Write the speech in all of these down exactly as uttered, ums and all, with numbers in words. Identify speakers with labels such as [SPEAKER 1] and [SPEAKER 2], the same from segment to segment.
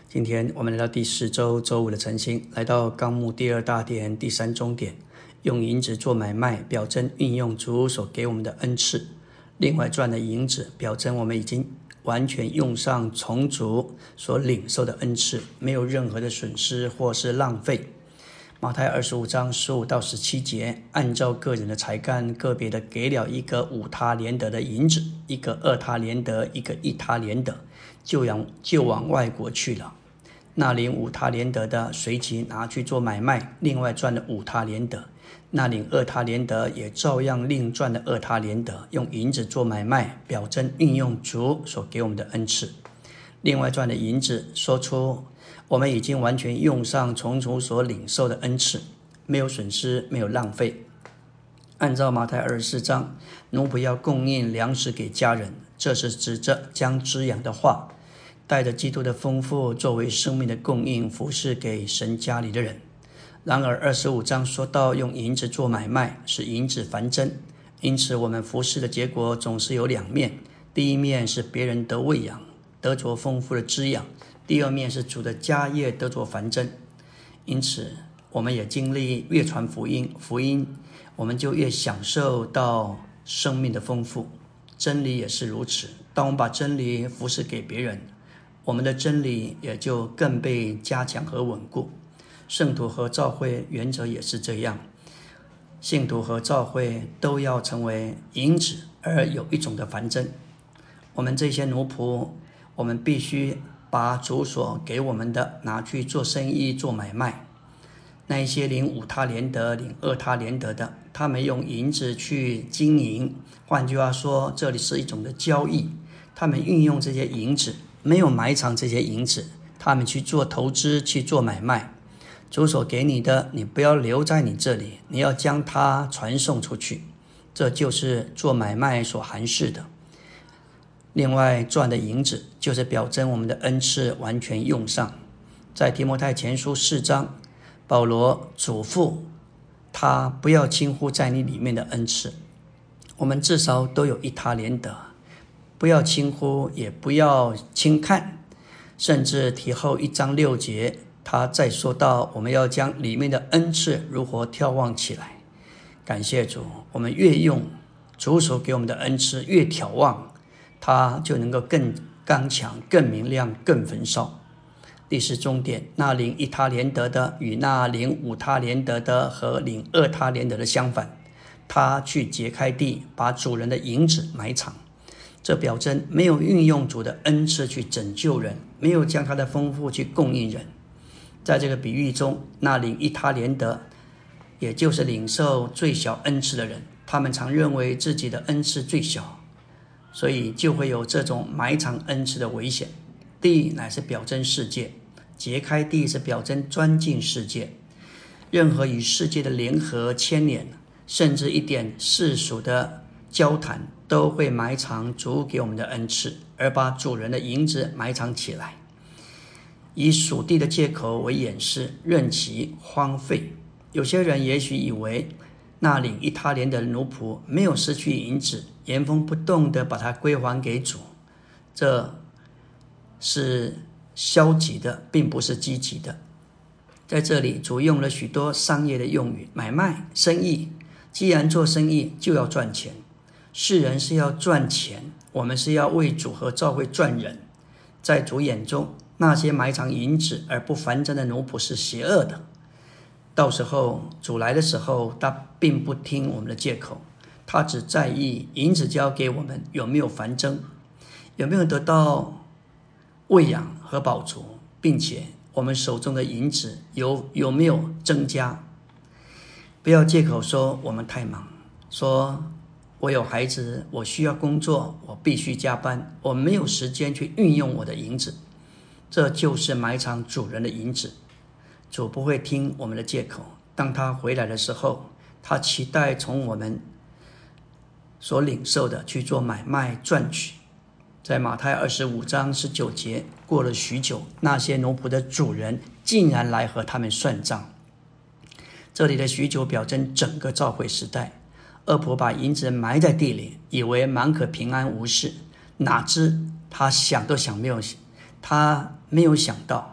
[SPEAKER 1] 今天我们来到第四周周五的晨星，来到纲目第二大点第三中点，用银子做买卖，表征运用主所给我们的恩赐。另外赚的银子，表征我们已经完全用上从主所领受的恩赐，没有任何的损失或是浪费。马太二十五章十五到十七节，按照个人的才干，个别的给了一个五他连得的银子，一个二他连得，一个一他连得，就往就往外国去了。那领五他连得的随即拿去做买卖，另外赚了五他连得。那领二他连得也照样另赚了二他连得，用银子做买卖，表征运用主所给我们的恩赐。另外赚的银子，说出我们已经完全用上从主所领受的恩赐，没有损失，没有浪费。按照马太二十四章，奴仆要供应粮食给家人，这是指着将滋养的话，带着基督的丰富作为生命的供应，服侍给神家里的人。然而二十五章说到用银子做买卖，使银子繁增，因此我们服侍的结果总是有两面，第一面是别人得喂养，得着丰富的滋养，第二面是主的家业得着繁增。因此我们也经历越传福音，福音我们就越享受到生命的丰富。真理也是如此，当我们把真理服侍给别人，我们的真理也就更被加强和稳固。圣徒和教会原则也是这样，信徒和教会都要成为银子，而有一种的繁增。我们这些奴仆，我们必须把主所给我们的拿去做生意做买卖。那一些领五他连得领二他连得的，他们用银子去经营，换句话说，这里是一种的交易。他们运用这些银子，没有埋藏这些银子，他们去做投资，去做买卖。主所给你的，你不要留在你这里，你要将它传送出去，这就是做买卖所含示的。另外赚的银子，就是表征我们的恩赐完全用上。在提摩太前书四章，保罗嘱咐他不要轻忽在你里面的恩赐，我们至少都有一他连得，不要轻忽，也不要轻看。甚至提后一章六节，他再说到我们要将里面的恩赐如何眺望起来。感谢主，我们越用主所给我们的恩赐，越眺望，它就能够更刚强，更明亮，更焚烧。第四重点，那领一他连得的与那领五他连得的和领二他连得的相反，他去揭开地，把主人的银子埋藏。这表征没有运用主的恩赐去拯救人，没有将他的丰富去供应人。在这个比喻中，那领一他连得，也就是领受最小恩赐的人，他们常认为自己的恩赐最小，所以就会有这种埋藏恩赐的危险。地乃是表征世界，揭开地是表征钻进世界。任何与世界的联合牵连，甚至一点世俗的交谈，都会埋藏主给我们的恩赐，而把主人的银子埋藏起来，以属地的借口为掩饰，任其荒废。有些人也许以为那领一他连的奴仆没有失去银子，原封不动地把它归还给主，这是消极的，并不是积极的。在这里主用了许多商业的用语，买卖生意，既然做生意就要赚钱，世人是要赚钱，我们是要为主和教会赚人。在主眼中，那些埋藏银子而不繁增的奴仆是邪恶的。到时候主来的时候，他并不听我们的借口，他只在意银子交给我们有没有繁增，有没有得到喂养和饱足，并且我们手中的银子有有没有增加。不要借口说我们太忙，说我有孩子，我需要工作，我必须加班，我没有时间去运用我的银子。这就是埋藏主人的银子。主不会听我们的借口，当他回来的时候，他期待从我们所领受的去做买卖赚取。在马太二十五章十九节，过了许久，那些奴仆的主人竟然来和他们算账。这里的许久表征整个教会时代，恶仆把银子埋在地里，以为满可平安无事，哪知他想都想没有他没有想到，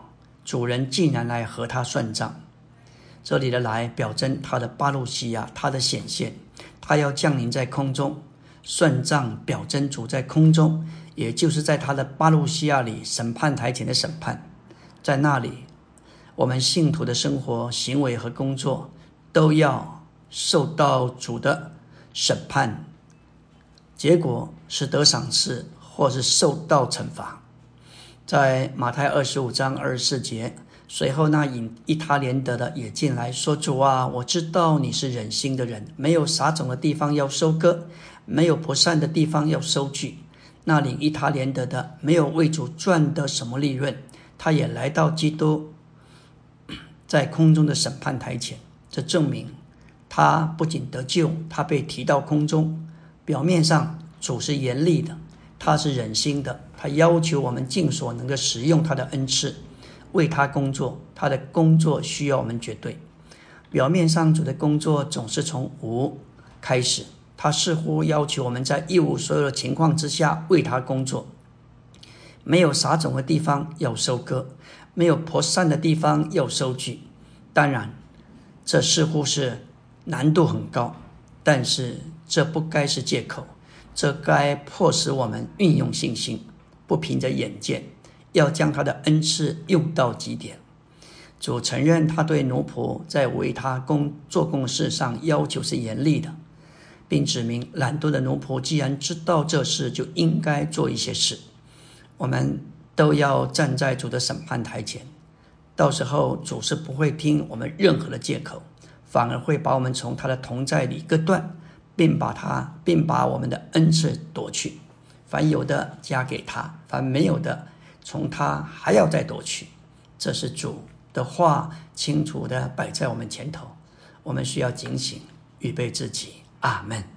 [SPEAKER 1] 主人竟然来和他算账。这里的来表征他的巴路西亚，他的显现，他要降临在空中算账，表征主在空中，也就是在他的巴路西亚里审判台前的审判。在那里，我们信徒的生活、行为和工作都要受到主的审判，结果是得赏赐或是受到惩罚。在马太二十五章二十四节，随后那引以他连得的也进来说，主啊，我知道你是忍心的人，没有撒种的地方要收割，没有播散的地方要收据。那领以他连得的没有为主赚得什么利润，他也来到基督在空中的审判台前。这证明他不仅得救，他被提到空中。表面上主是严厉的，他是忍心的，他要求我们尽所能的使用他的恩赐，为他工作。他的工作需要我们绝对。表面上主的工作总是从无开始，他似乎要求我们在一无所有的情况之下为他工作。没有撒种的地方要收割，没有播散的地方要收据。当然这似乎是难度很高，但是这不该是借口，这该迫使我们运用信心，不凭着眼见，要将他的恩赐用到极点。主承认他对奴仆在为他工做工事上要求是严厉的，并指明懒惰的奴仆既然知道这事，就应该做一些事。我们都要站在主的审判台前，到时候主是不会听我们任何的借口，反而会把我们从他的同在里割断，并把他并把我们的恩赐夺去。凡有的加给他，凡没有的从他还要再夺去。这是主的话清楚地摆在我们前头，我们需要警醒，预备自己。阿们。